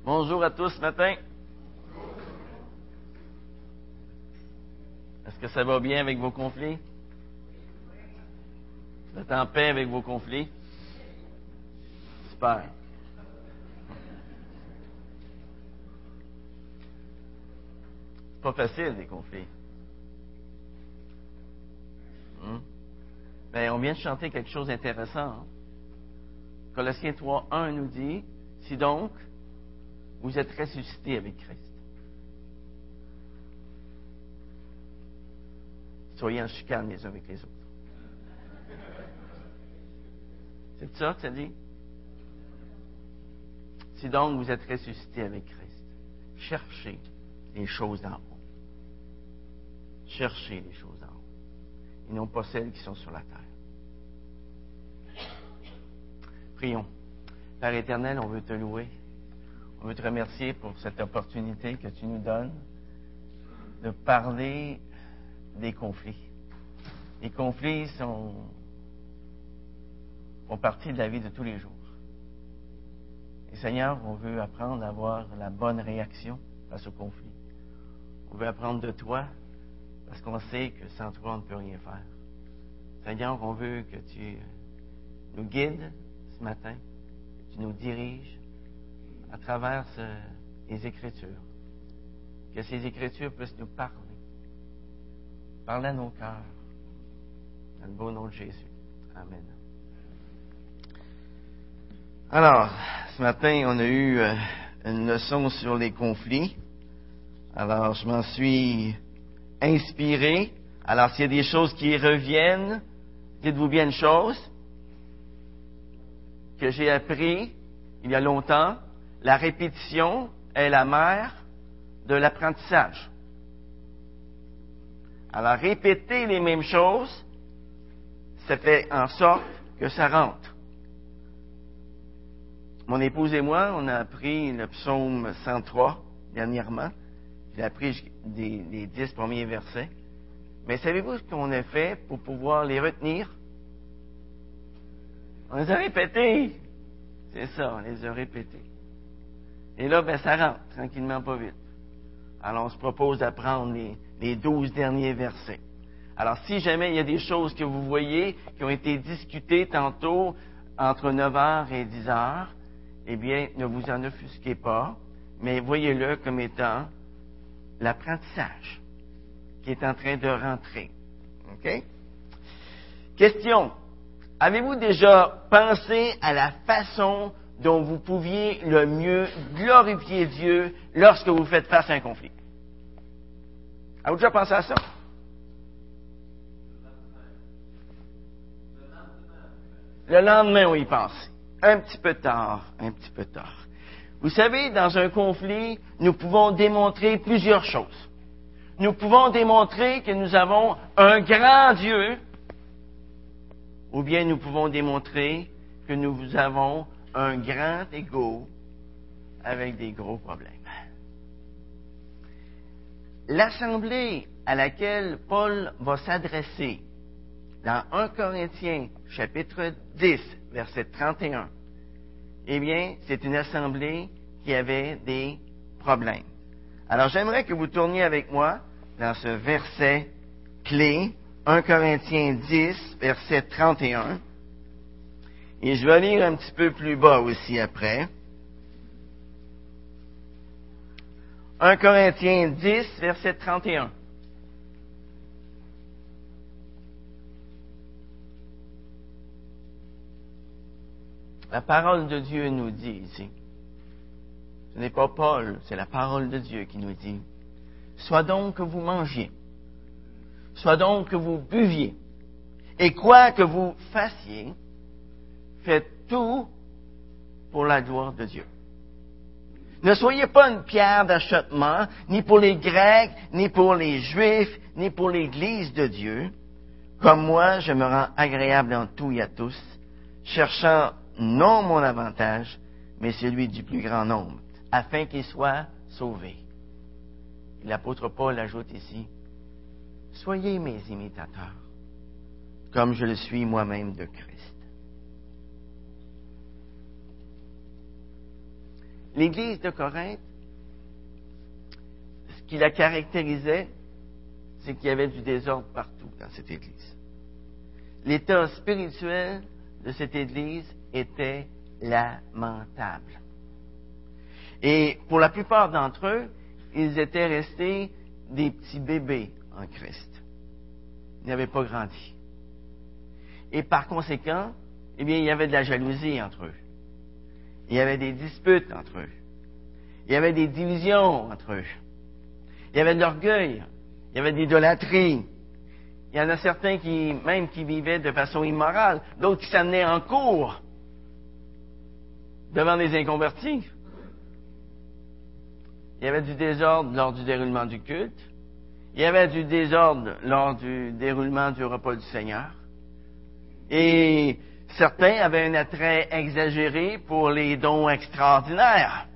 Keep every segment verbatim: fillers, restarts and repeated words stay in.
Bonjour à tous ce matin. Est-ce que ça va bien avec vos conflits? Vous êtes en paix avec vos conflits? Super. C'est pas facile, des conflits. Hum? Ben, on vient de chanter quelque chose d'intéressant. Hein? Colossiens trois, un nous dit, si donc, vous êtes ressuscités avec Christ. Soyez en chicane les uns avec les autres. C'est ça que ça dit? Si donc vous êtes ressuscités avec Christ, cherchez les choses d'en haut. Cherchez les choses d'en haut. Et non pas celles qui sont sur la terre. Prions. Père éternel, on veut te louer. On veut te remercier pour cette opportunité que tu nous donnes de parler des conflits. Les conflits sont, font partie de la vie de tous les jours. Et Seigneur, on veut apprendre à avoir la bonne réaction face aux conflits. On veut apprendre de toi parce qu'on sait que sans toi, on ne peut rien faire. Seigneur, on veut que tu nous guides ce matin, que tu nous diriges à travers ce, les Écritures. Que ces Écritures puissent nous parler. Parler à nos cœurs. Dans le beau nom de Jésus. Amen. Alors, ce matin, on a eu euh, une leçon sur les conflits. Alors, je m'en suis inspiré. Alors, s'il y a des choses qui reviennent, dites-vous bien une chose que j'ai appris il y a longtemps. La répétition est la mère de l'apprentissage. Alors, répéter les mêmes choses, ça fait en sorte que ça rentre. Mon épouse et moi, on a appris le psaume cent trois dernièrement. J'ai appris des, les dix premiers versets. Mais savez-vous ce qu'on a fait pour pouvoir les retenir? On les a répétés. C'est ça, on les a répétés. Et là, ben, ça rentre, tranquillement, pas vite. Alors, on se propose d'apprendre les, les douze derniers versets. Alors, si jamais il y a des choses que vous voyez qui ont été discutées tantôt entre neuf heures et dix heures, eh bien, ne vous en offusquez pas, mais voyez-le comme étant l'apprentissage qui est en train de rentrer. OK? Question. Avez-vous déjà pensé à la façon dont vous pouviez le mieux glorifier Dieu lorsque vous faites face à un conflit? Avez-vous déjà pensé à ça? Le lendemain, on y pense. Un petit peu tard, un petit peu tard. Vous savez, dans un conflit, nous pouvons démontrer plusieurs choses. Nous pouvons démontrer que nous avons un grand Dieu, ou bien nous pouvons démontrer que nous avons un grand ego avec des gros problèmes. L'assemblée à laquelle Paul va s'adresser dans un Corinthiens chapitre dix, verset trente et un, eh bien, c'est une assemblée qui avait des problèmes. Alors, j'aimerais que vous tourniez avec moi dans ce verset clé, un Corinthiens dix, verset trente et un. Et je vais lire un petit peu plus bas aussi après. un Corinthiens dix, verset trente et un. La parole de Dieu nous dit ici, ce n'est pas Paul, c'est la parole de Dieu qui nous dit, soit donc que vous mangiez, soit donc que vous buviez, et quoi que vous fassiez, faites tout pour la gloire de Dieu. Ne soyez pas une pierre d'achoppement, ni pour les Grecs, ni pour les Juifs, ni pour l'Église de Dieu. Comme moi, je me rends agréable en tout et à tous, cherchant non mon avantage, mais celui du plus grand nombre, afin qu'ils soient sauvés. L'apôtre Paul ajoute ici, soyez mes imitateurs, comme je le suis moi-même de Christ. l'Église de Corinthe, ce qui la caractérisait, c'est qu'il y avait du désordre partout dans cette Église. L'état spirituel de cette Église était lamentable. Et pour la plupart d'entre eux, ils étaient restés des petits bébés en Christ. Ils n'avaient pas grandi. Et par conséquent, eh bien, il y avait de la jalousie entre eux. Il y avait des disputes entre eux. Il y avait des divisions entre eux. Il y avait de l'orgueil. Il y avait de l'idolâtrie. Il y en a certains qui, même qui vivaient de façon immorale, d'autres qui s'amenaient en cours devant des inconvertis. Il y avait du désordre lors du déroulement du culte. Il y avait du désordre lors du déroulement du repas du Seigneur. Et certains avaient un attrait exagéré pour les dons extraordinaires.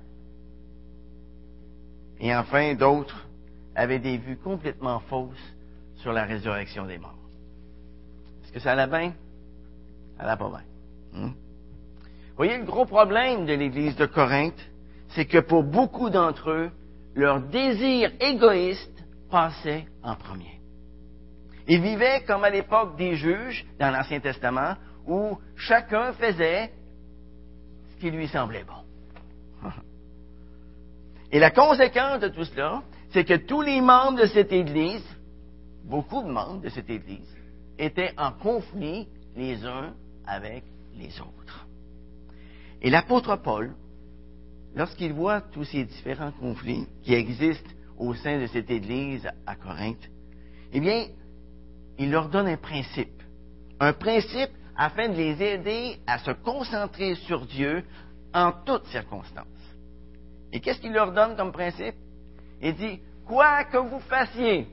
Et enfin, d'autres avaient des vues complètement fausses sur la résurrection des morts. Est-ce que ça allait bien? Ça allait pas bien. Hmm? Vous voyez, le gros problème de l'Église de Corinthe, c'est que pour beaucoup d'entre eux, leur désir égoïste passait en premier. Ils vivaient comme à l'époque des juges dans l'Ancien Testament, où chacun faisait ce qui lui semblait bon. Et la conséquence de tout cela, c'est que tous les membres de cette Église, beaucoup de membres de cette Église, étaient en conflit les uns avec les autres. Et l'apôtre Paul, lorsqu'il voit tous ces différents conflits qui existent au sein de cette Église à Corinthe, eh bien, il leur donne un principe. Un principe afin de les aider à se concentrer sur Dieu en toutes circonstances. Et qu'est-ce qu'il leur donne comme principe? Il dit, quoi que vous fassiez,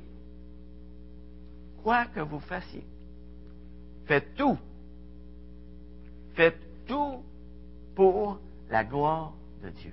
quoi que vous fassiez, faites tout, faites tout pour la gloire de Dieu.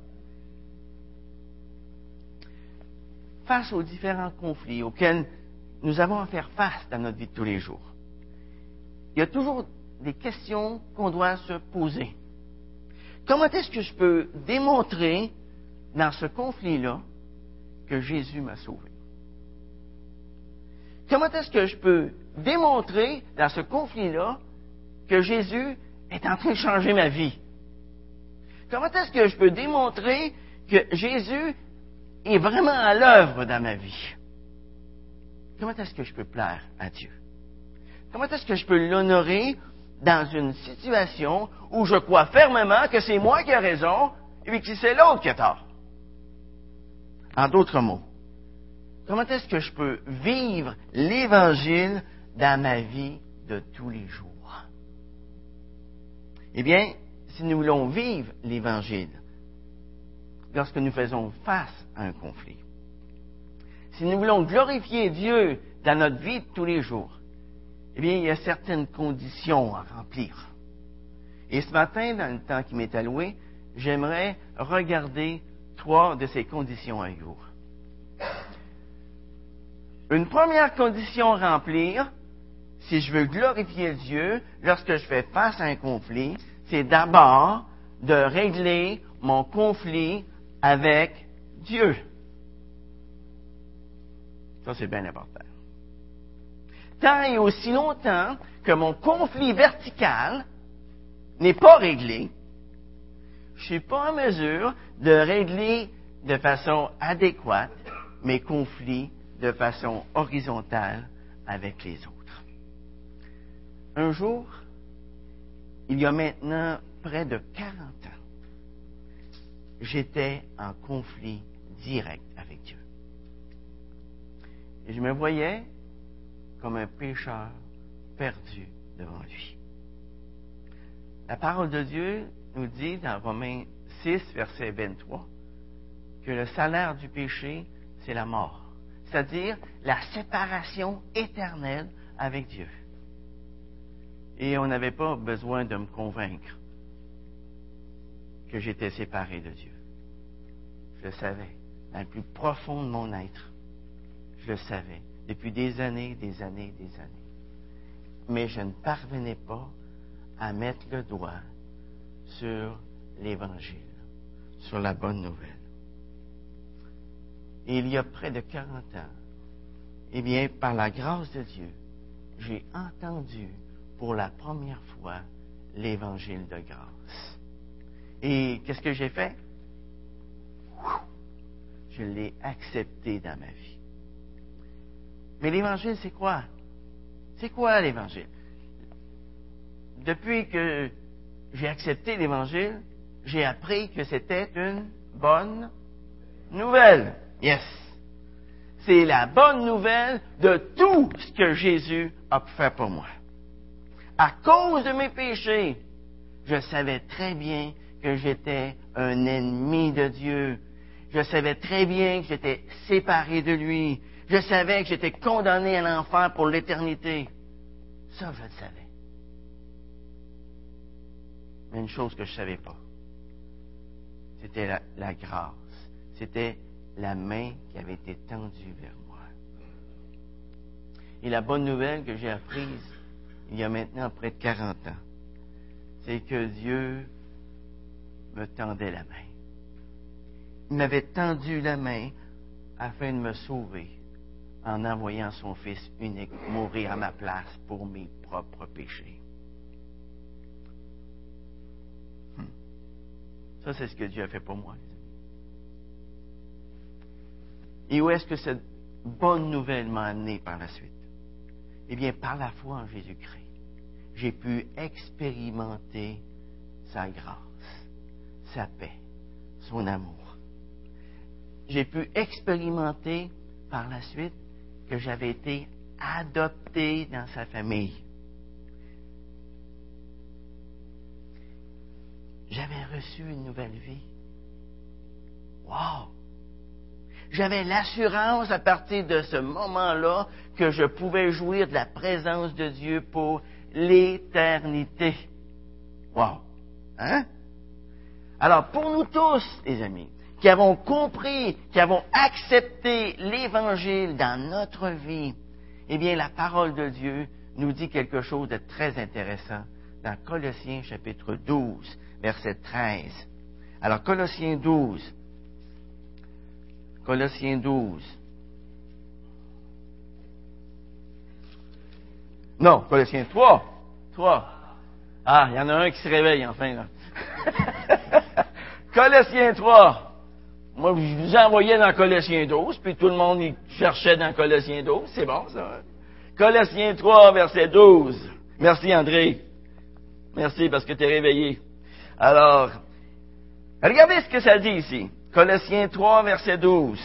Face aux différents conflits auxquels nous avons à faire face dans notre vie de tous les jours, il y a toujours des questions qu'on doit se poser. Comment est-ce que je peux démontrer dans ce conflit-là que Jésus m'a sauvé? Comment est-ce que je peux démontrer dans ce conflit-là que Jésus est en train de changer ma vie? Comment est-ce que je peux démontrer que Jésus est vraiment à l'œuvre dans ma vie? Comment est-ce que je peux plaire à Dieu? Comment est-ce que je peux l'honorer dans une situation où je crois fermement que c'est moi qui ai raison et que c'est l'autre qui a tort? En d'autres mots, comment est-ce que je peux vivre l'Évangile dans ma vie de tous les jours? Eh bien, si nous voulons vivre l'Évangile lorsque nous faisons face à un conflit, si nous voulons glorifier Dieu dans notre vie de tous les jours, eh bien, il y a certaines conditions à remplir. Et ce matin, dans le temps qui m'est alloué, j'aimerais regarder trois de ces conditions avec vous. Une première condition à remplir, si je veux glorifier Dieu lorsque je fais face à un conflit, c'est d'abord de régler mon conflit avec Dieu. Ça, c'est bien important. Tant et aussi longtemps que mon conflit vertical n'est pas réglé, je ne suis pas en mesure de régler de façon adéquate mes conflits de façon horizontale avec les autres. Un jour, il y a maintenant près de quarante ans, j'étais en conflit direct avec Dieu. Et je me voyais comme un pécheur perdu devant lui. La parole de Dieu nous dit dans Romains six, verset vingt-trois, que le salaire du péché, c'est la mort, c'est-à-dire la séparation éternelle avec Dieu. Et on n'avait pas besoin de me convaincre que j'étais séparé de Dieu. Je le savais, dans le plus profond de mon être. Je le savais, depuis des années, des années, des années. Mais je ne parvenais pas à mettre le doigt sur l'Évangile, sur la bonne nouvelle. Et il y a près de quarante ans, eh bien, par la grâce de Dieu, j'ai entendu pour la première fois l'Évangile de grâce. Et qu'est-ce que j'ai fait? Je l'ai accepté dans ma vie. Mais l'Évangile, c'est quoi? C'est quoi l'Évangile? Depuis que j'ai accepté l'Évangile, j'ai appris que c'était une bonne nouvelle. Yes! C'est la bonne nouvelle de tout ce que Jésus a fait pour moi. À cause de mes péchés, je savais très bien que j'étais un ennemi de Dieu. Je savais très bien que j'étais séparé de lui. Je savais que j'étais condamné à l'enfer pour l'éternité. Ça, je le savais. Mais une chose que je ne savais pas, c'était la, la grâce. C'était la main qui avait été tendue vers moi. Et la bonne nouvelle que j'ai apprise il y a maintenant près de quarante ans, c'est que Dieu me tendait la main. Il m'avait tendu la main afin de me sauver en envoyant son Fils unique mourir à ma place pour mes propres péchés. Hmm. Ça, c'est ce que Dieu a fait pour moi. Et où est-ce que cette bonne nouvelle m'a amené par la suite? Eh bien, par la foi en Jésus-Christ, j'ai pu expérimenter sa grâce, sa paix, son amour. J'ai pu expérimenter par la suite que j'avais été adopté dans sa famille. J'avais reçu une nouvelle vie. Wow! J'avais l'assurance à partir de ce moment-là que je pouvais jouir de la présence de Dieu pour l'éternité. Wow! Hein? Alors, pour nous tous, les amis, qui avons compris, qui avons accepté l'Évangile dans notre vie, eh bien, la parole de Dieu nous dit quelque chose de très intéressant dans Colossiens chapitre douze, verset treize. Alors, Colossiens douze, Colossiens douze. Non, Colossiens trois. trois. Ah, il y en a un qui se réveille enfin, là. Colossiens trois. Moi, je vous envoyais dans Colossiens douze, puis tout le monde y cherchait dans Colossiens douze. C'est bon, ça. Hein? Colossiens trois, verset douze. Merci, André. Merci, parce que tu es réveillé. Alors, regardez ce que ça dit ici. Colossiens trois, verset douze.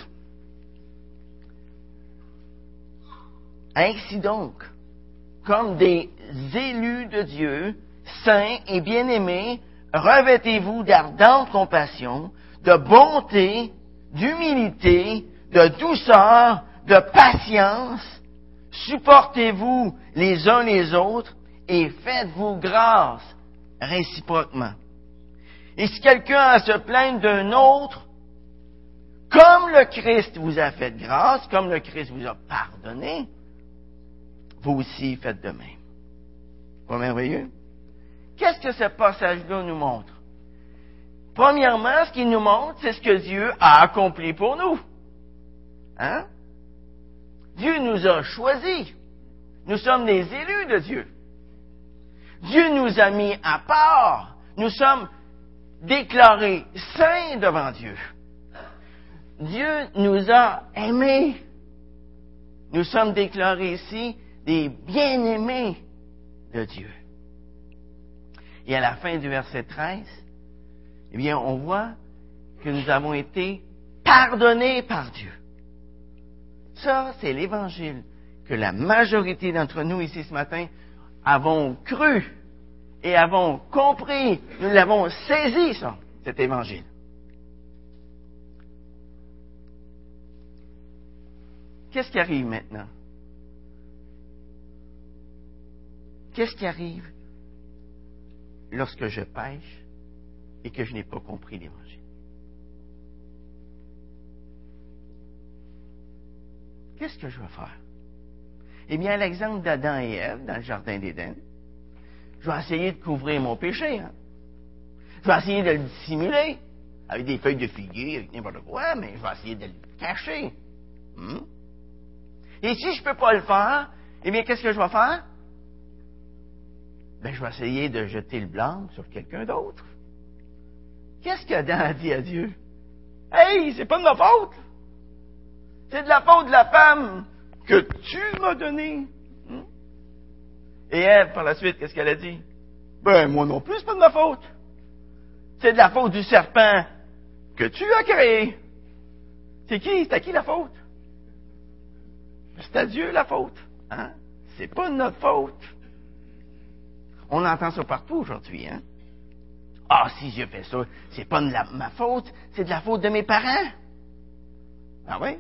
Ainsi donc, comme des élus de Dieu, saints et bien-aimés, revêtez-vous d'ardente compassion, de bonté, d'humilité, de douceur, de patience, supportez-vous les uns les autres et faites-vous grâce réciproquement. Et si quelqu'un a à se plaindre d'un autre, comme le Christ vous a fait grâce, comme le Christ vous a pardonné, vous aussi faites de même. Pas merveilleux? Qu'est-ce que ce passage-là nous montre? Premièrement, ce qu'il nous montre, c'est ce que Dieu a accompli pour nous. Hein? Dieu nous a choisis. Nous sommes des élus de Dieu. Dieu nous a mis à part. Nous sommes déclarés saints devant Dieu. Dieu nous a aimés. Nous sommes déclarés ici des bien-aimés de Dieu. Et à la fin du verset treize, eh bien, on voit que nous avons été pardonnés par Dieu. Ça, c'est l'Évangile que la majorité d'entre nous ici ce matin avons cru et avons compris. Nous l'avons saisi, ça, cet Évangile. Qu'est-ce qui arrive maintenant? Qu'est-ce qui arrive lorsque je pêche et que je n'ai pas compris l'Évangile? Qu'est-ce que je vais faire? Eh bien, à l'exemple d'Adam et Ève dans le Jardin d'Éden, je vais essayer de couvrir mon péché. Hein? Je vais essayer de le dissimuler. avec des feuilles de figuier, avec n'importe quoi, mais je vais essayer de le cacher. Hmm? Et si je ne peux pas le faire, eh bien, qu'est-ce que je vais faire? Ben, je vais essayer de jeter le blâme sur quelqu'un d'autre. Qu'est-ce qu'Adam a dit à Dieu? Hey, c'est pas de ma faute! C'est de la faute de la femme que tu m'as donnée. Hmm? Et Ève, par la suite, qu'est-ce qu'elle a dit? Ben, moi non plus, c'est pas de ma faute. C'est de la faute du serpent que tu as créé. C'est qui? C'est à qui la faute? C'est à Dieu la faute. Hein? C'est pas de notre faute. On entend ça partout aujourd'hui, hein? Ah, si j'ai fait ça, c'est pas de la, ma faute, c'est de la faute de mes parents. Ah oui?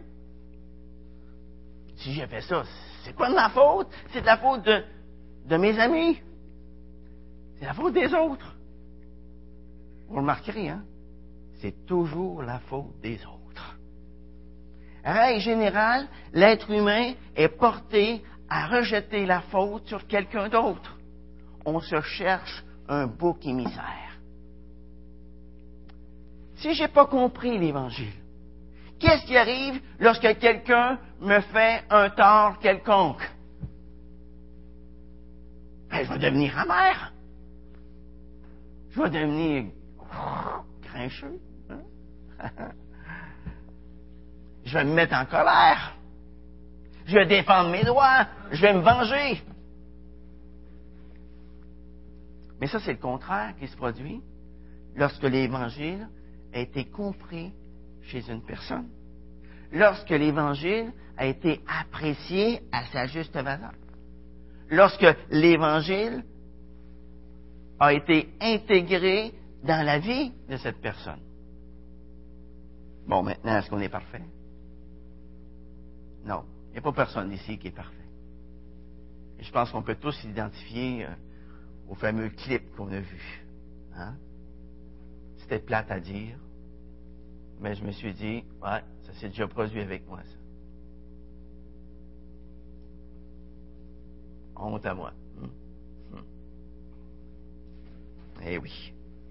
Si j'ai fait ça, c'est pas de ma faute, c'est de la faute de, de mes amis. C'est la faute des autres. Vous remarquerez, hein? C'est toujours la faute des autres. Règle générale, l'être humain est porté à rejeter la faute sur quelqu'un d'autre. On se cherche un bouc émissaire. Si j'ai pas compris l'Évangile, qu'est-ce qui arrive lorsque quelqu'un me fait un tort quelconque? Ben, je vais devenir amer. Je vais devenir grincheux. Hein? Je vais me mettre en colère. Je vais défendre mes droits. Je vais me venger. Mais ça, c'est le contraire qui se produit lorsque l'Évangile a été compris chez une personne. Lorsque l'Évangile a été apprécié à sa juste valeur. Lorsque l'Évangile a été intégré dans la vie de cette personne. Bon, maintenant, est-ce qu'on est parfait? Non. Il n'y a pas personne ici qui est parfait. Et je pense qu'on peut tous s'identifier euh, au fameux clip qu'on a vu. Hein? C'était plate à dire, mais je me suis dit, ouais, ça s'est déjà produit avec moi, ça. Honte à moi. Hum? Hum. Eh oui.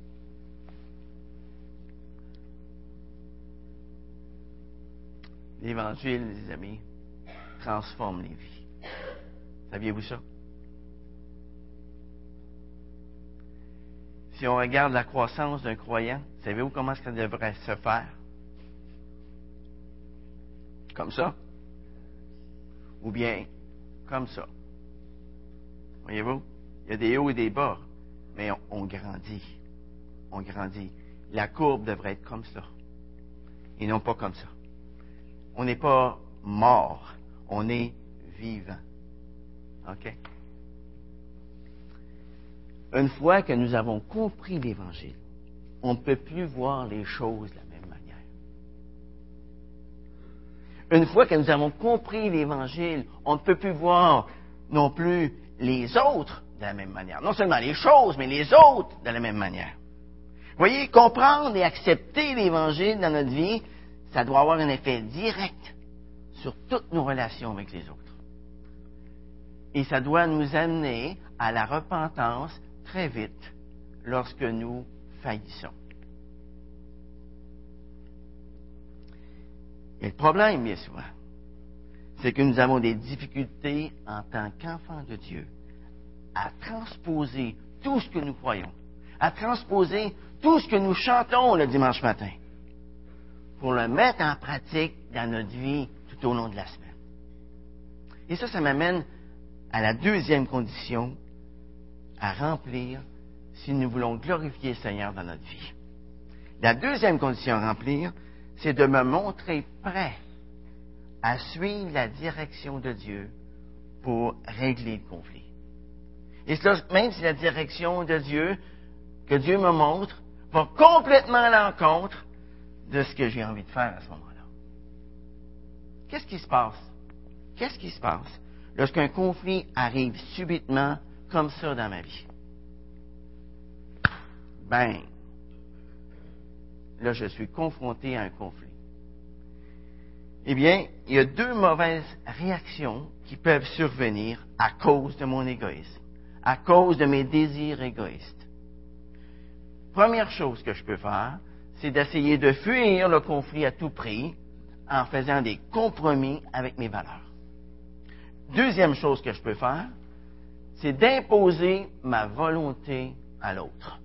L'Évangile, les amis, transforme les vies. Saviez-vous ça? Si on regarde la croissance d'un croyant, savez-vous comment ça devrait se faire? Comme ça? Ou bien comme ça? Voyez-vous? Il y a des hauts et des bas, mais on, on grandit. On grandit. La courbe devrait être comme ça, et non pas comme ça. On n'est pas mort, on est vivant. OK? Une fois que nous avons compris l'Évangile, on ne peut plus voir les choses de la même manière. Une fois que nous avons compris l'Évangile, on ne peut plus voir non plus les autres de la même manière. Non seulement les choses, mais les autres de la même manière. Vous voyez, comprendre et accepter l'Évangile dans notre vie, ça doit avoir un effet direct sur toutes nos relations avec les autres. Et ça doit nous amener à la repentance très vite lorsque nous faillissons. Et le problème, bien souvent, c'est que nous avons des difficultés en tant qu'enfants de Dieu à transposer tout ce que nous croyons, à transposer tout ce que nous chantons le dimanche matin, pour le mettre en pratique dans notre vie tout au long de la semaine. Et ça, ça m'amène à la deuxième condition à remplir si nous voulons glorifier le Seigneur dans notre vie. La deuxième condition à remplir, c'est de me montrer prêt à suivre la direction de Dieu pour régler le conflit. Et cela, même si la direction de Dieu, que Dieu me montre, va complètement à l'encontre de ce que j'ai envie de faire à ce moment-là. Qu'est-ce qui se passe? Qu'est-ce qui se passe lorsqu'un conflit arrive subitement comme ça dans ma vie? Ben, là, je suis confronté à un conflit. Eh bien, il y a deux mauvaises réactions qui peuvent survenir à cause de mon égoïsme, à cause de mes désirs égoïstes. Première chose que je peux faire, c'est d'essayer de fuir le conflit à tout prix en faisant des compromis avec mes valeurs. Deuxième chose que je peux faire, c'est d'imposer ma volonté à l'autre.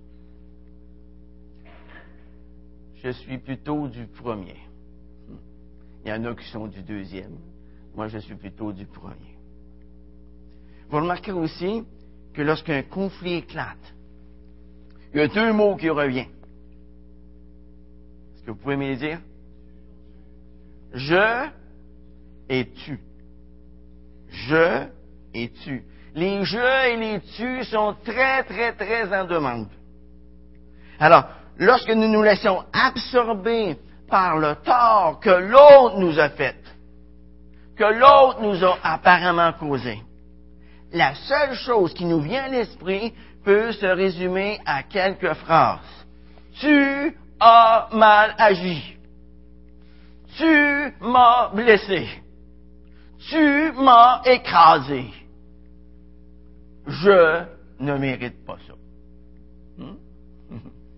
Je suis plutôt du premier. Il y en a qui sont du deuxième. Moi, je suis plutôt du premier. Vous remarquez aussi que lorsqu'un conflit éclate, il y a deux mots qui reviennent. Est-ce que vous pouvez me les dire? Je et tu. Je et tu. Les je et les tu sont très, très, très en demande. Alors, lorsque nous nous laissons absorber par le tort que l'autre nous a fait, que l'autre nous a apparemment causé, la seule chose qui nous vient à l'esprit peut se résumer à quelques phrases. Tu as mal agi. Tu m'as blessé. Tu m'as écrasé. Je ne mérite pas ça. Hmm?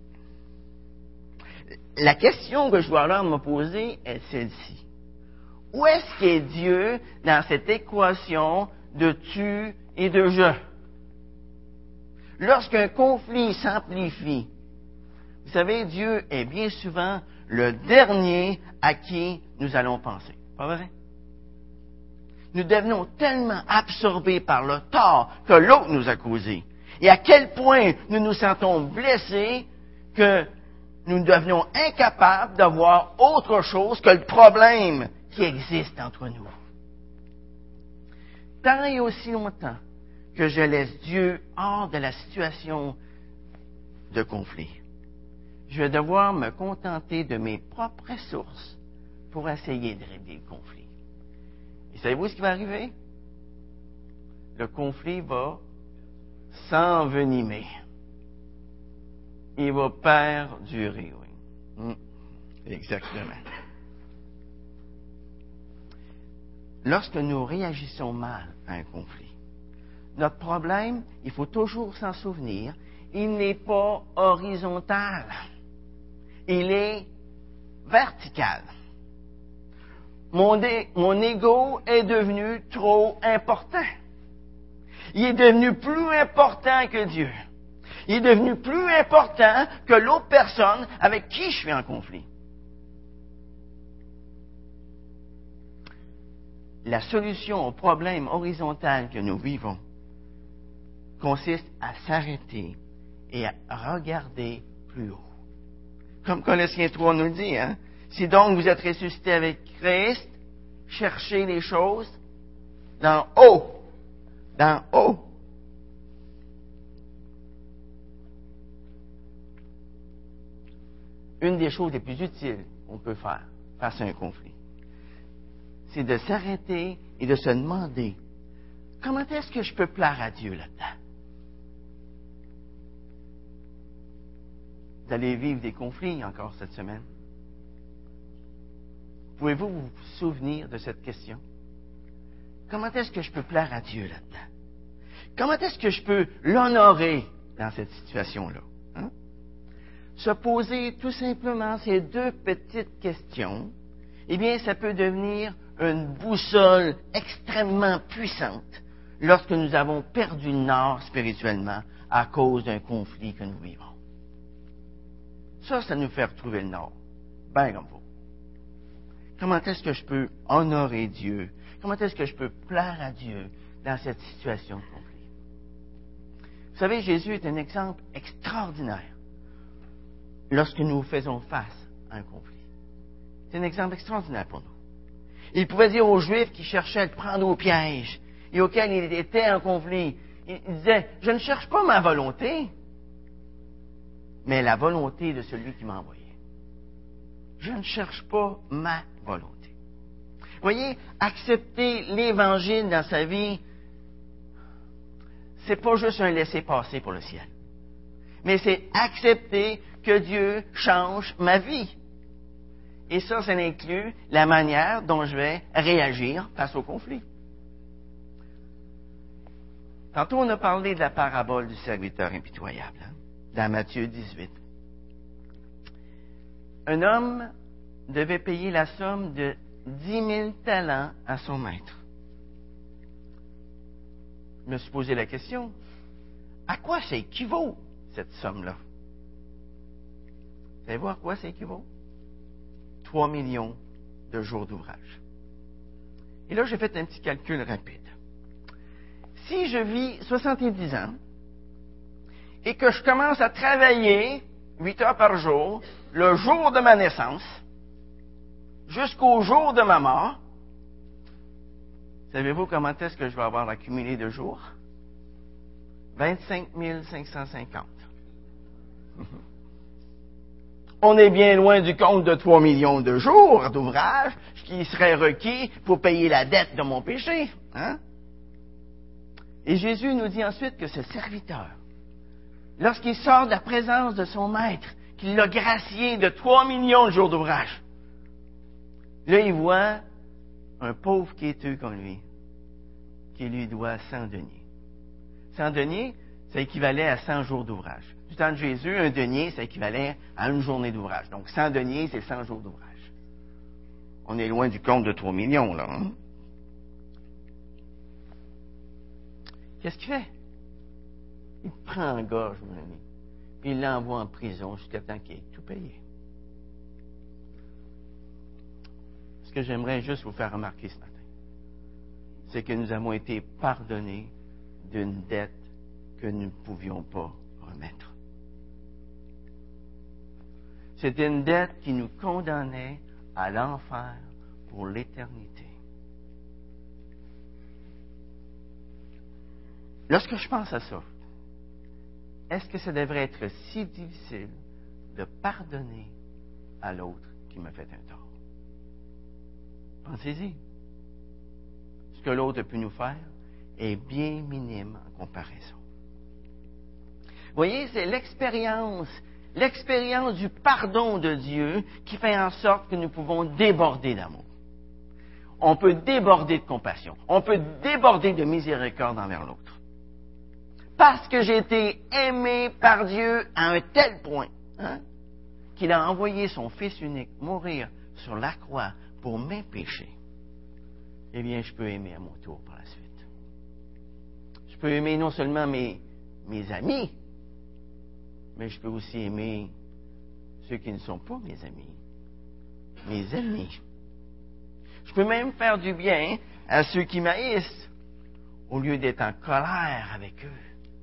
La question que je dois alors me poser est celle-ci. Où est-ce qu'est Dieu dans cette équation de tu et de je? Lorsqu'un conflit s'amplifie, vous savez, Dieu est bien souvent le dernier à qui nous allons penser. Pas vrai? Nous devenons tellement absorbés par le tort que l'autre nous a causé. Et à quel point nous nous sentons blessés que nous devenons incapables de voir autre chose que le problème qui existe entre nous. Tant et aussi longtemps que je laisse Dieu hors de la situation de conflit, je vais devoir me contenter de mes propres ressources pour essayer de régler le conflit. Et savez-vous ce qui va arriver? Le conflit va s'envenimer. Il va perdurer, oui. Hum, exactement. Lorsque nous réagissons mal à un conflit, notre problème, il faut toujours s'en souvenir, il n'est pas horizontal. Il est vertical. Mon, dé, mon ego est devenu trop important. Il est devenu plus important que Dieu. Il est devenu plus important que l'autre personne avec qui je suis en conflit. La solution au problème horizontal que nous vivons consiste à s'arrêter et à regarder plus haut. Comme Colossiens trois nous le dit, hein? Si donc vous êtes ressuscité avec Christ, cherchez les choses d'en haut. D'en haut. Une des choses les plus utiles qu'on peut faire face à un conflit, c'est de s'arrêter et de se demander comment est-ce que je peux plaire à Dieu là-dedans? Vous allez vivre des conflits encore cette semaine. Pouvez-vous vous souvenir de cette question? Comment est-ce que je peux plaire à Dieu là-dedans? Comment est-ce que je peux l'honorer dans cette situation-là? Hein? Se poser tout simplement ces deux petites questions, eh bien, ça peut devenir une boussole extrêmement puissante lorsque nous avons perdu le nord spirituellement à cause d'un conflit que nous vivons. Ça, ça nous fait retrouver le nord. Ben comme vous. Comment est-ce que je peux honorer Dieu? Comment est-ce que je peux plaire à Dieu dans cette situation de conflit? Vous savez, Jésus est un exemple extraordinaire lorsque nous faisons face à un conflit. C'est un exemple extraordinaire pour nous. Il pouvait dire aux Juifs qui cherchaient à le prendre au piège et auxquels il était en conflit, il disait, je ne cherche pas ma volonté, mais la volonté de celui qui m'a envoyé. Je ne cherche pas ma volonté. Vous voyez, accepter l'Évangile dans sa vie, c'est pas juste un laisser-passer pour le ciel, mais c'est accepter que Dieu change ma vie. Et ça, ça inclut la manière dont je vais réagir face au conflit. Tantôt, on a parlé de la parabole du serviteur impitoyable, hein, dans Matthieu dix-huit. Un homme devait payer la somme de dix mille talents à son maître. Je me suis posé la question, à quoi ça équivaut, cette somme-là? Vous savez-vous à quoi ça équivaut? trois millions de jours d'ouvrage. Et là, j'ai fait un petit calcul rapide. Si je vis soixante-dix ans et que je commence à travailler huit heures par jour, le jour de ma naissance, jusqu'au jour de ma mort, savez-vous comment est-ce que je vais avoir accumulé de jours? vingt-cinq mille cinq cent cinquante. On est bien loin du compte de trois millions de jours d'ouvrage qui serait requis pour payer la dette de mon péché. Hein? Et Jésus nous dit ensuite que ce serviteur, lorsqu'il sort de la présence de son maître, qu'il l'a gracié de trois millions de jours d'ouvrage, là, il voit un pauvre quêteux comme lui, qui lui doit cent deniers. cent deniers, ça équivalait à cent jours d'ouvrage. Du temps de Jésus, un denier, ça équivalait à une journée d'ouvrage. Donc, cent deniers, c'est cent jours d'ouvrage. On est loin du compte de trois millions, là. Hein? Qu'est-ce qu'il fait? Il prend en gorge, mon ami, puis il l'envoie en prison jusqu'à temps qu'il ait tout payé. Ce que j'aimerais juste vous faire remarquer ce matin, c'est que nous avons été pardonnés d'une dette que nous ne pouvions pas remettre. C'était une dette qui nous condamnait à l'enfer pour l'éternité. Lorsque je pense à ça, est-ce que ça devrait être si difficile de pardonner à l'autre qui m'a fait un tort? Pensez-y. Ce que l'autre a pu nous faire est bien minime en comparaison. Vous voyez, c'est l'expérience, l'expérience du pardon de Dieu qui fait en sorte que nous pouvons déborder d'amour. On peut déborder de compassion. On peut déborder de miséricorde envers l'autre. Parce que j'ai été aimé par Dieu à un tel point, hein, qu'il a envoyé son Fils unique mourir sur la croix pour mes péchés, eh bien, je peux aimer à mon tour par la suite. Je peux aimer non seulement mes, mes amis, mais je peux aussi aimer ceux qui ne sont pas mes amis, mes ennemis. Je peux même faire du bien à ceux qui m'haïssent, au lieu d'être en colère avec eux,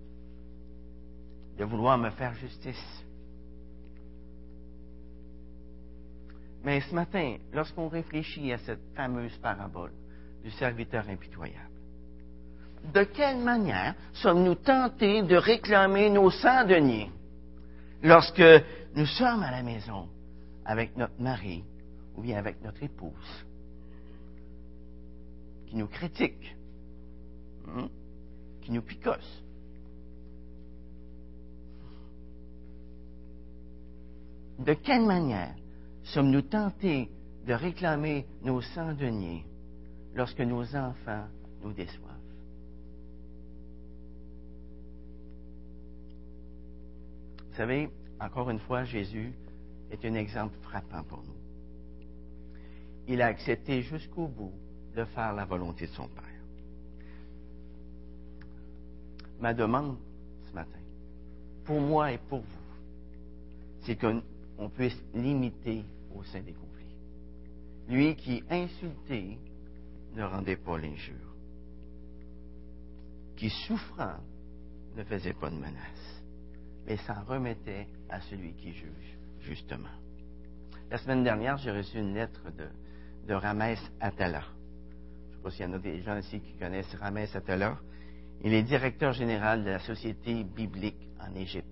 de vouloir me faire justice. Mais ce matin, lorsqu'on réfléchit à cette fameuse parabole du serviteur impitoyable, de quelle manière sommes-nous tentés de réclamer nos cent deniers lorsque nous sommes à la maison avec notre mari ou bien avec notre épouse qui nous critique, hein, qui nous picosse? De quelle manière sommes-nous tentés de réclamer nos cent deniers lorsque nos enfants nous déçoivent? Vous savez, encore une fois, Jésus est un exemple frappant pour nous. Il a accepté jusqu'au bout de faire la volonté de son Père. Ma demande ce matin, pour moi et pour vous, c'est qu'on puisse l'imiter au sein des conflits. Lui qui, insulté, ne rendait pas l'injure, qui, souffrant, ne faisait pas de menace, mais s'en remettait à celui qui juge, justement. La semaine dernière, j'ai reçu une lettre de, de Ramès Atala. Je ne sais pas s'il y en a des gens ici qui connaissent Ramès Atala. Il est directeur général de la Société biblique en Égypte.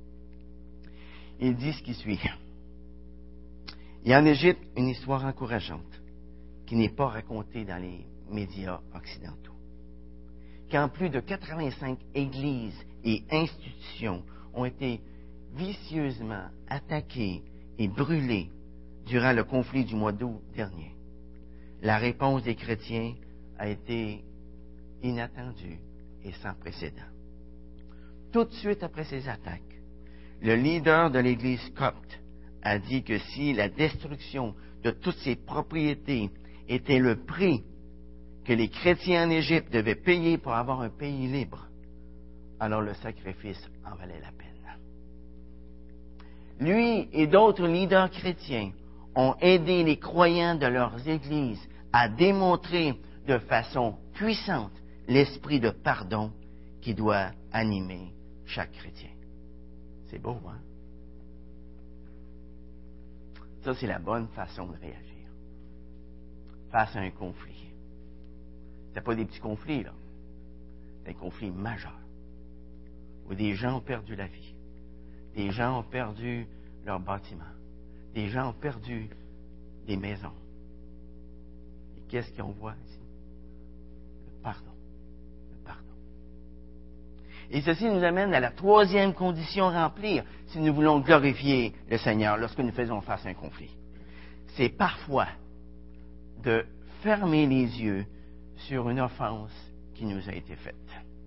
Il dit ce qui suit. Il y a en Égypte une histoire encourageante qui n'est pas racontée dans les médias occidentaux. Quand plus de quatre-vingt-cinq églises et institutions ont été vicieusement attaquées et brûlées durant le conflit du mois d'août dernier, la réponse des chrétiens a été inattendue et sans précédent. Tout de suite après ces attaques, le leader de l'Église copte a dit que si la destruction de toutes ses propriétés était le prix que les chrétiens en Égypte devaient payer pour avoir un pays libre, alors le sacrifice en valait la peine. Lui et d'autres leaders chrétiens ont aidé les croyants de leurs églises à démontrer de façon puissante l'esprit de pardon qui doit animer chaque chrétien. C'est beau, hein? Ça, c'est la bonne façon de réagir face à un conflit. C'est pas des petits conflits, là. C'est un conflit majeur où des gens ont perdu la vie. Des gens ont perdu leurs bâtiments. Des gens ont perdu des maisons. Et qu'est-ce qu'on voit ici? Le pardon. Le pardon. Et ceci nous amène à la troisième condition à remplir si nous voulons glorifier le Seigneur lorsque nous faisons face à un conflit. C'est parfois de fermer les yeux sur une offense qui nous a été faite.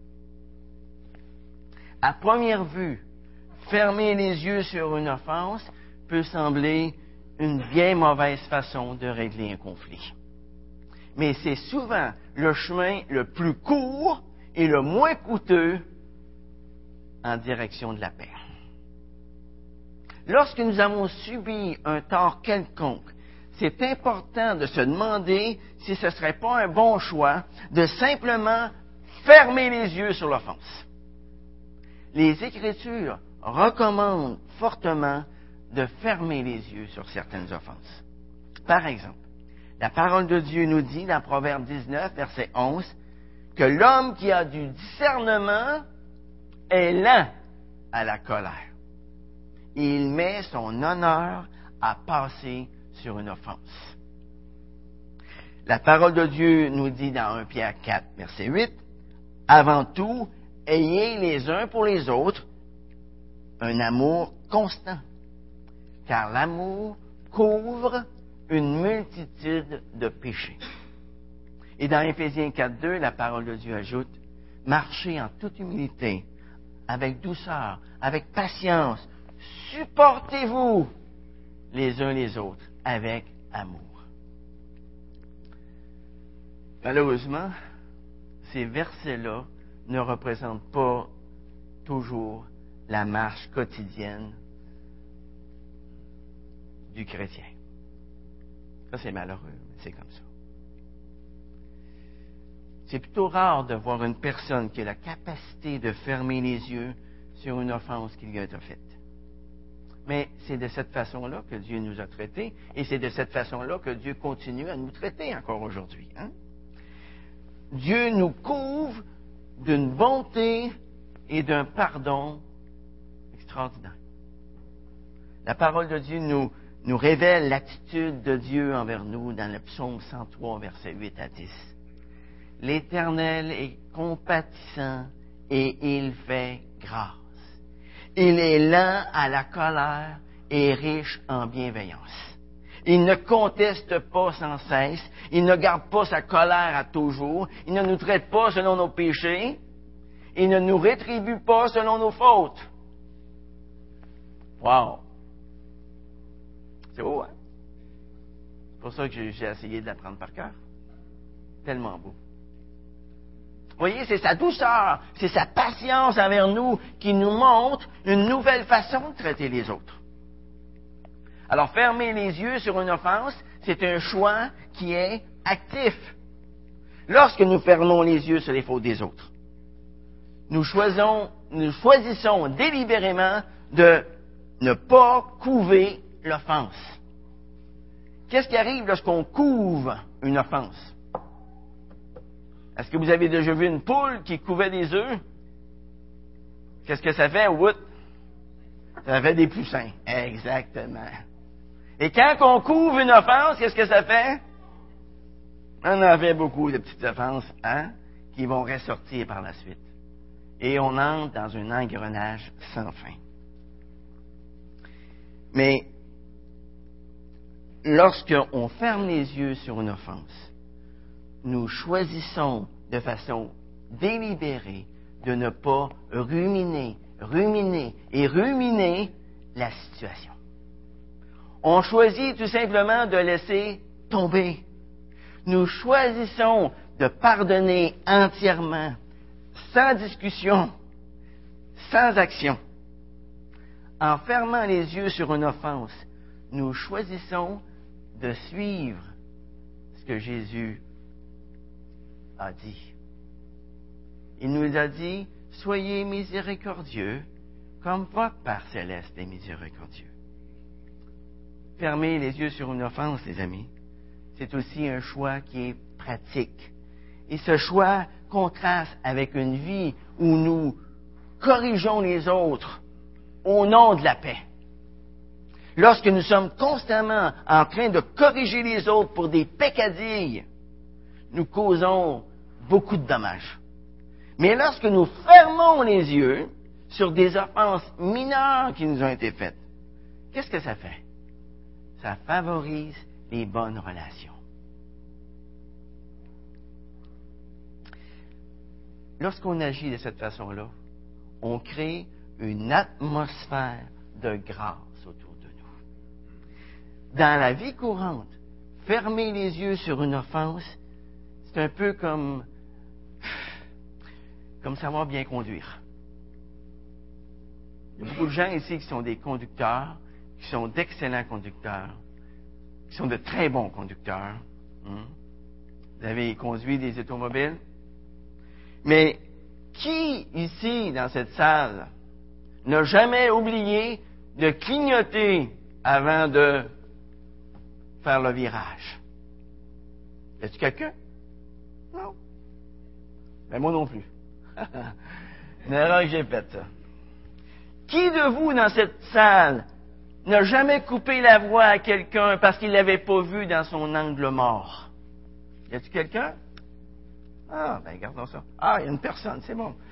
À première vue, fermer les yeux sur une offense peut sembler une bien mauvaise façon de régler un conflit. Mais c'est souvent le chemin le plus court et le moins coûteux en direction de la paix. Lorsque nous avons subi un tort quelconque, c'est important de se demander si ce ne serait pas un bon choix de simplement fermer les yeux sur l'offense. Les Écritures recommandent fortement de fermer les yeux sur certaines offenses. Par exemple, la parole de Dieu nous dit dans Proverbe dix-neuf, verset onze, que l'homme qui a du discernement est lent à la colère. Et il met son honneur à passer sur une offense. La parole de Dieu nous dit dans premier Pierre quatre, verset huit, « Avant tout, ayez les uns pour les autres un amour constant, car l'amour couvre une multitude de péchés. » Et dans Éphésiens quatre, deux, la parole de Dieu ajoute, « Marchez en toute humilité, avec douceur, avec patience, supportez-vous les uns les autres avec amour. » Malheureusement, ces versets-là ne représentent pas toujours la marche quotidienne du chrétien. Ça, c'est malheureux, mais c'est comme ça. C'est plutôt rare de voir une personne qui a la capacité de fermer les yeux sur une offense qui lui a été faite. Mais c'est de cette façon-là que Dieu nous a traités, et c'est de cette façon-là que Dieu continue à nous traiter encore aujourd'hui. Hein? Dieu nous couvre d'une bonté et d'un pardon extraordinaire. La parole de Dieu nous, nous révèle l'attitude de Dieu envers nous dans le psaume cent trois, versets huit à dix. « L'Éternel est compatissant et il fait grâce. Il est lent à la colère et riche en bienveillance. Il ne conteste pas sans cesse. Il ne garde pas sa colère à toujours. Il ne nous traite pas selon nos péchés. Il ne nous rétribue pas selon nos fautes. » Wow! C'est beau, hein? C'est pour ça que j'ai, j'ai essayé de l'apprendre par cœur. Tellement beau. Vous voyez, c'est sa douceur, c'est sa patience envers nous qui nous montre une nouvelle façon de traiter les autres. Alors, fermer les yeux sur une offense, c'est un choix qui est actif. Lorsque nous fermons les yeux sur les fautes des autres, nous choisissons, nous choisissons délibérément de ne pas couver l'offense. Qu'est-ce qui arrive lorsqu'on couve une offense? Est-ce que vous avez déjà vu une poule qui couvait des œufs? Qu'est-ce que ça fait? Ouit! Ça fait des poussins. Exactement. Et quand on couvre une offense, qu'est-ce que ça fait? On en fait beaucoup de petites offenses, hein, qui vont ressortir par la suite. Et on entre dans un engrenage sans fin. Mais lorsqu'on ferme les yeux sur une offense, nous choisissons de façon délibérée de ne pas ruminer, ruminer et ruminer la situation. on choisit tout simplement de laisser tomber. Nous choisissons de pardonner entièrement, sans discussion, sans action. En fermant les yeux sur une offense, nous choisissons de suivre ce que Jésus a dit. Il nous a dit, soyez miséricordieux, comme votre Père céleste est miséricordieux. Fermer les yeux sur une offense, les amis, c'est aussi un choix qui est pratique. Et ce choix contraste avec une vie où nous corrigeons les autres au nom de la paix. Lorsque nous sommes constamment en train de corriger les autres pour des peccadilles, nous causons beaucoup de dommages. Mais lorsque nous fermons les yeux sur des offenses mineures qui nous ont été faites, qu'est-ce que ça fait? Ça favorise les bonnes relations. Lorsqu'on agit de cette façon-là, on crée une atmosphère de grâce autour de nous. Dans la vie courante, fermer les yeux sur une offense, c'est un peu comme, comme savoir bien conduire. Il y a beaucoup de gens ici qui sont des conducteurs, qui sont d'excellents conducteurs, qui sont de très bons conducteurs. Hum. Vous avez conduit des automobiles. Mais qui ici, dans cette salle, n'a jamais oublié de clignoter avant de faire le virage? Y a-t-il quelqu'un? Non. Ben moi non plus. Une erreur que j'ai faite, ça. Qui de vous, dans cette salle, n'a jamais coupé la voie à quelqu'un parce qu'il ne l'avait pas vu dans son angle mort? Y a-t-il quelqu'un? Ah, ben gardons ça. Ah, il y a une personne, c'est bon.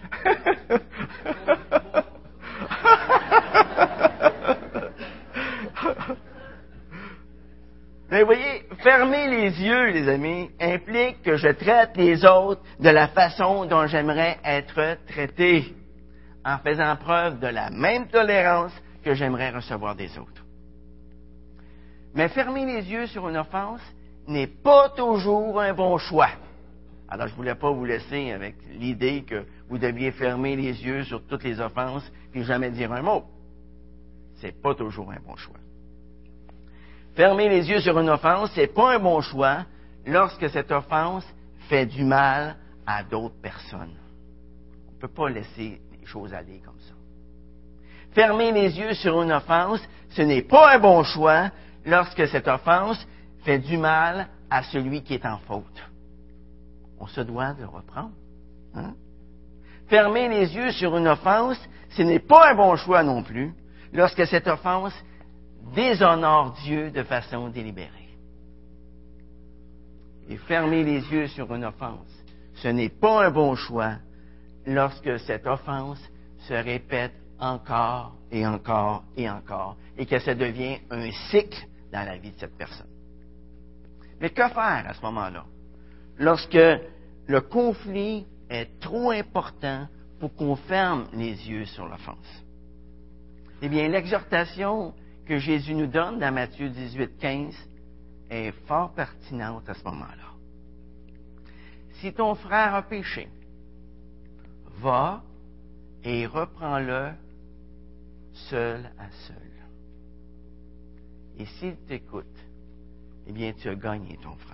Mais vous voyez, fermer les yeux, les amis, implique que je traite les autres de la façon dont j'aimerais être traité, en faisant preuve de la même tolérance que j'aimerais recevoir des autres. Mais fermer les yeux sur une offense n'est pas toujours un bon choix. Alors, je ne voulais pas vous laisser avec l'idée que vous deviez fermer les yeux sur toutes les offenses et jamais dire un mot. C'est pas toujours un bon choix. Fermer les yeux sur une offense, c'est pas un bon choix lorsque cette offense fait du mal à d'autres personnes. On ne peut pas laisser les choses aller comme ça. Fermer les yeux sur une offense, ce n'est pas un bon choix lorsque cette offense fait du mal à celui qui est en faute. On se doit de le reprendre. Hein? Fermer les yeux sur une offense, ce n'est pas un bon choix non plus lorsque cette offense déshonore Dieu de façon délibérée. Et fermer les yeux sur une offense, ce n'est pas un bon choix lorsque cette offense se répète encore et encore et encore et que ça devient un cycle dans la vie de cette personne. Mais que faire à ce moment-là? Lorsque le conflit est trop important pour qu'on ferme les yeux sur l'offense. Eh bien, l'exhortation que Jésus nous donne dans Matthieu dix-huit, quinze est fort pertinente à ce moment-là. Si ton frère a péché, va et reprends-le seul à seul. Et s'il t'écoute, eh bien, tu as gagné ton frère.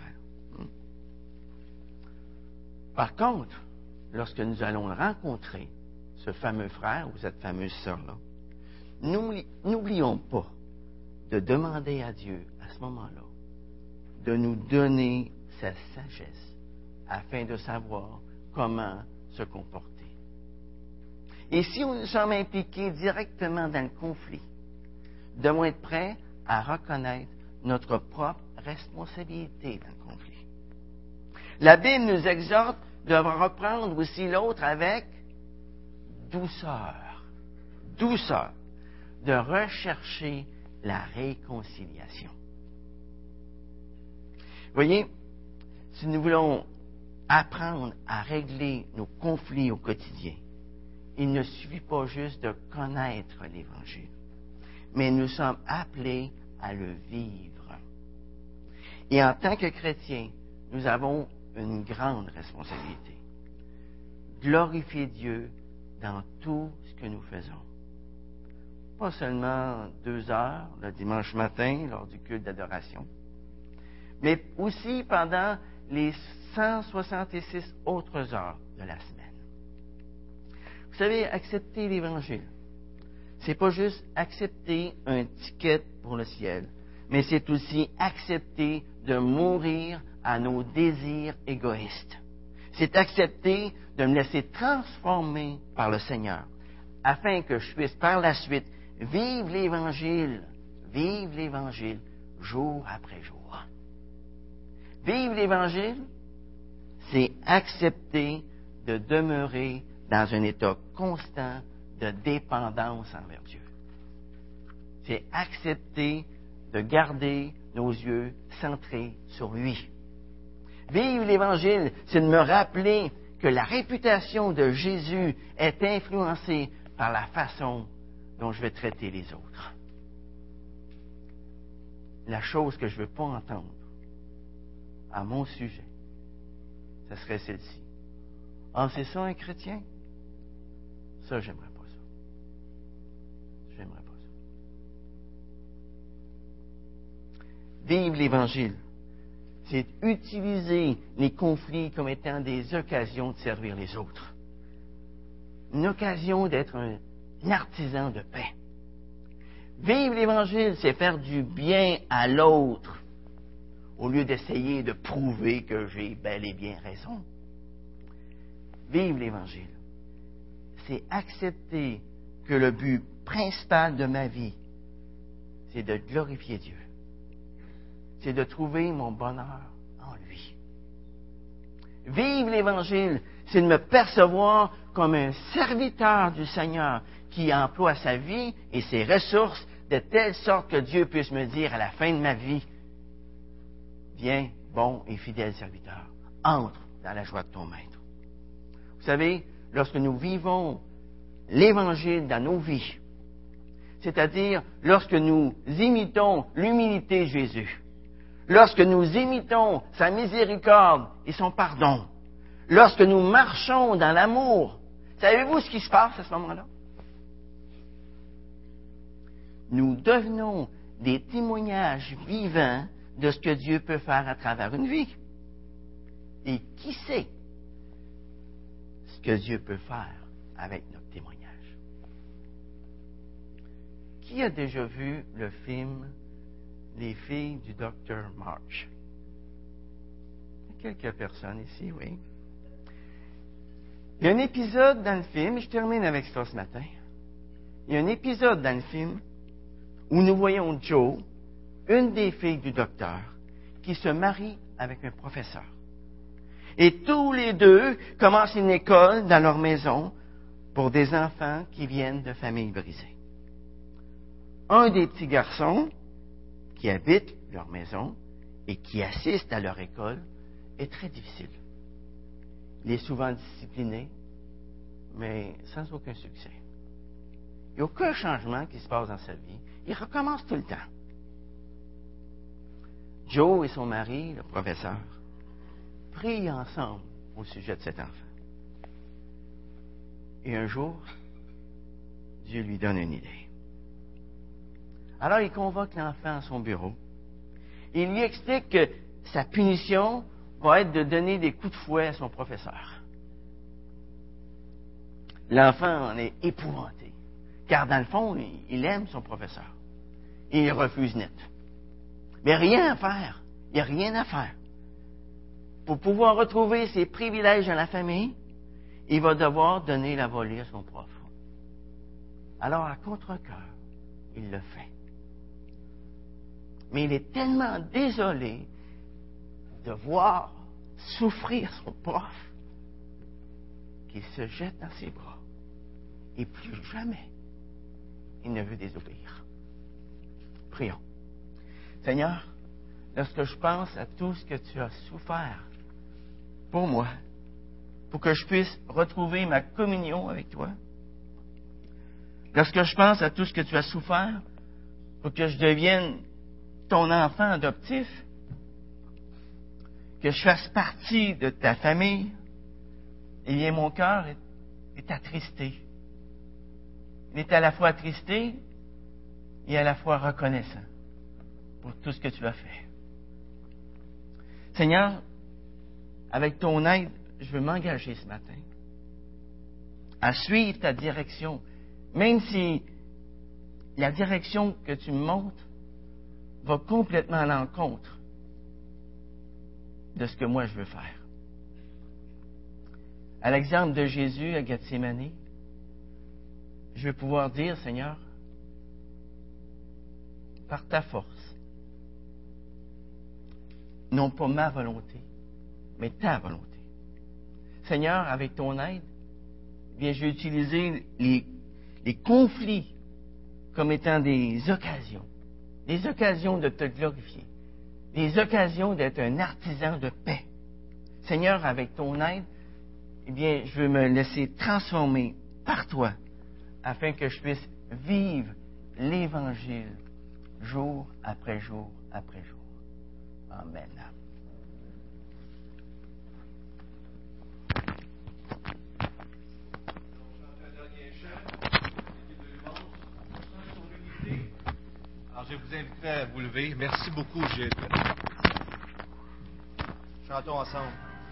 Par contre, lorsque nous allons rencontrer ce fameux frère ou cette fameuse sœur-là, n'oublions pas de demander à Dieu, à ce moment-là, de nous donner sa sagesse afin de savoir comment se comporter. Et si nous sommes impliqués directement dans le conflit, devons être prêts à reconnaître notre propre responsabilité dans le conflit. La Bible nous exhorte de reprendre aussi l'autre avec douceur, douceur, de rechercher la réconciliation. Voyez, si nous voulons apprendre à régler nos conflits au quotidien, il ne suffit pas juste de connaître l'Évangile, mais nous sommes appelés à le vivre. Et en tant que chrétiens, nous avons une grande responsabilité. Glorifier Dieu dans tout ce que nous faisons. Pas seulement deux heures le dimanche matin lors du culte d'adoration, mais aussi pendant les cent soixante-six autres heures de la semaine. Vous savez, accepter l'Évangile, c'est pas juste accepter un ticket pour le ciel, mais c'est aussi accepter de mourir à nos désirs égoïstes. C'est accepter de me laisser transformer par le Seigneur, afin que je puisse par la suite vivre l'Évangile, vivre l'Évangile jour après jour. Vivre l'Évangile, c'est accepter de demeurer dans un état constant de dépendance envers Dieu. C'est accepter de garder nos yeux centrés sur lui. Vivre l'Évangile, c'est de me rappeler que la réputation de Jésus est influencée par la façon dont je vais traiter les autres. La chose que je ne veux pas entendre à mon sujet, ce serait celle-ci. Ah, c'est ça un chrétien? Ça, j'aimerais pas ça. J'aimerais pas ça. Vivre l'Évangile, c'est utiliser les conflits comme étant des occasions de servir les autres. Une occasion d'être un, un artisan de paix. Vivre l'Évangile, c'est faire du bien à l'autre, au lieu d'essayer de prouver que j'ai bel et bien raison. Vivre l'Évangile, c'est accepter que le but principal de ma vie, c'est de glorifier Dieu. C'est de trouver mon bonheur en lui. Vivre l'Évangile, c'est de me percevoir comme un serviteur du Seigneur qui emploie sa vie et ses ressources de telle sorte que Dieu puisse me dire à la fin de ma vie, viens, bon et fidèle serviteur, entre dans la joie de ton maître. Vous savez, lorsque nous vivons l'Évangile dans nos vies, c'est-à-dire lorsque nous imitons l'humilité de Jésus, lorsque nous imitons sa miséricorde et son pardon, lorsque nous marchons dans l'amour, savez-vous ce qui se passe à ce moment-là? Nous devenons des témoignages vivants de ce que Dieu peut faire à travers une vie. Et qui sait ce que Dieu peut faire avec notre témoignage? Qui a déjà vu le film Les filles du docteur March? Il y a quelques personnes ici, oui. Il y a un épisode dans le film, et je termine avec ça ce matin. Il y a un épisode dans le film où nous voyons Joe, une des filles du docteur, qui se marie avec un professeur. Et tous les deux commencent une école dans leur maison pour des enfants qui viennent de familles brisées. Un des petits garçons qui habitent leur maison et qui assistent à leur école est très difficile. Il est souvent discipliné, mais sans aucun succès. Il n'y a aucun changement qui se passe dans sa vie. Il recommence tout le temps. Joe et son mari, le professeur, prient ensemble au sujet de cet enfant. Et un jour, Dieu lui donne une idée. Alors, il convoque l'enfant à son bureau. Et il lui explique que sa punition va être de donner des coups de fouet à son professeur. L'enfant en est épouvanté, car dans le fond, il aime son professeur. Et il refuse net. Mais rien à faire. Il n'y a rien à faire. Pour pouvoir retrouver ses privilèges dans la famille, il va devoir donner la volée à son prof. Alors, à contre-cœur, il le fait. Mais il est tellement désolé de voir souffrir son prof qu'il se jette dans ses bras. Et plus jamais, il ne veut désobéir. Prions. Seigneur, lorsque je pense à tout ce que tu as souffert pour moi, pour que je puisse retrouver ma communion avec toi, lorsque je pense à tout ce que tu as souffert pour que je devienne ton enfant adoptif, que je fasse partie de ta famille, eh bien, mon cœur est, est attristé. Il est à la fois attristé et à la fois reconnaissant pour tout ce que tu as fait. Seigneur, avec ton aide, je veux m'engager ce matin à suivre ta direction, même si la direction que tu me montres va complètement à l'encontre de ce que moi je veux faire. À l'exemple de Jésus à Gethsémani, je vais pouvoir dire, Seigneur, par ta force, non pas ma volonté, mais ta volonté. Seigneur, avec ton aide, eh bien, je vais utiliser les, les conflits comme étant des occasions, des occasions de te glorifier, des occasions d'être un artisan de paix. Seigneur, avec ton aide, eh bien, je veux me laisser transformer par toi afin que je puisse vivre l'Évangile jour après jour après jour. Amen. Alors, je vous inviterai à vous lever. Merci beaucoup, Gilles. Chantons ensemble.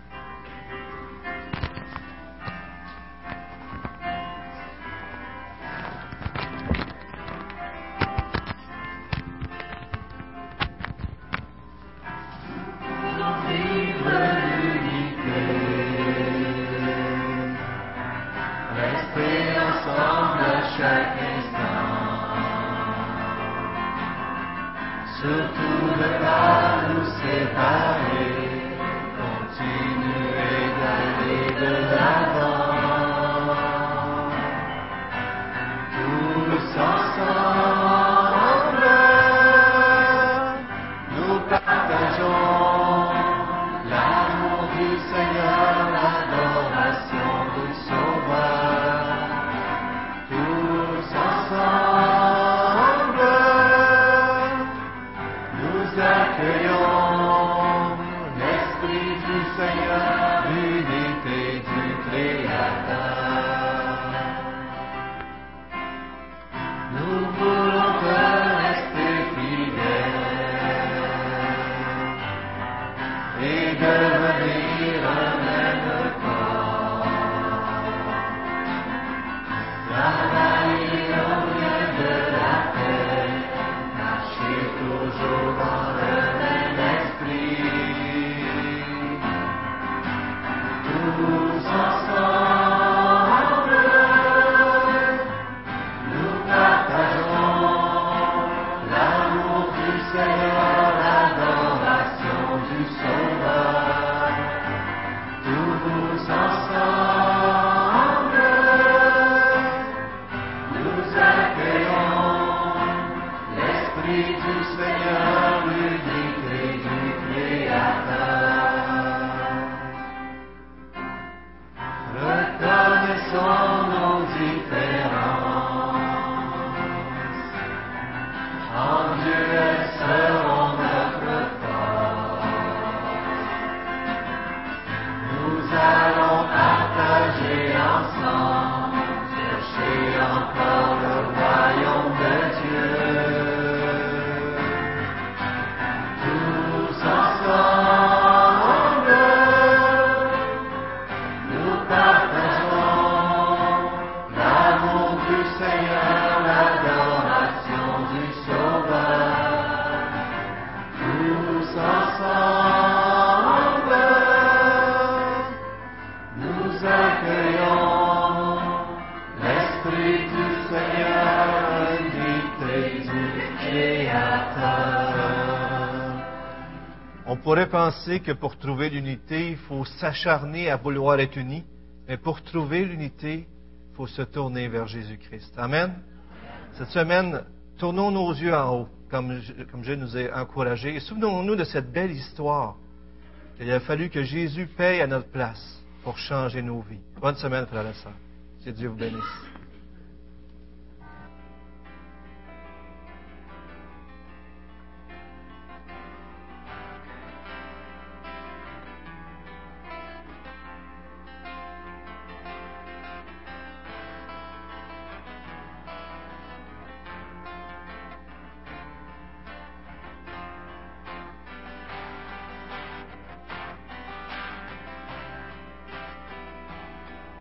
On pourrait penser que pour trouver l'unité, il faut s'acharner à vouloir être unis, mais pour trouver l'unité, il faut se tourner vers Jésus-Christ. Amen. Cette semaine, tournons nos yeux en haut, comme je, comme je nous ai encouragés, et souvenons-nous de cette belle histoire qu'il a fallu que Jésus paye à notre place pour changer nos vies. Bonne semaine, frères et sœurs. Que Dieu vous bénisse.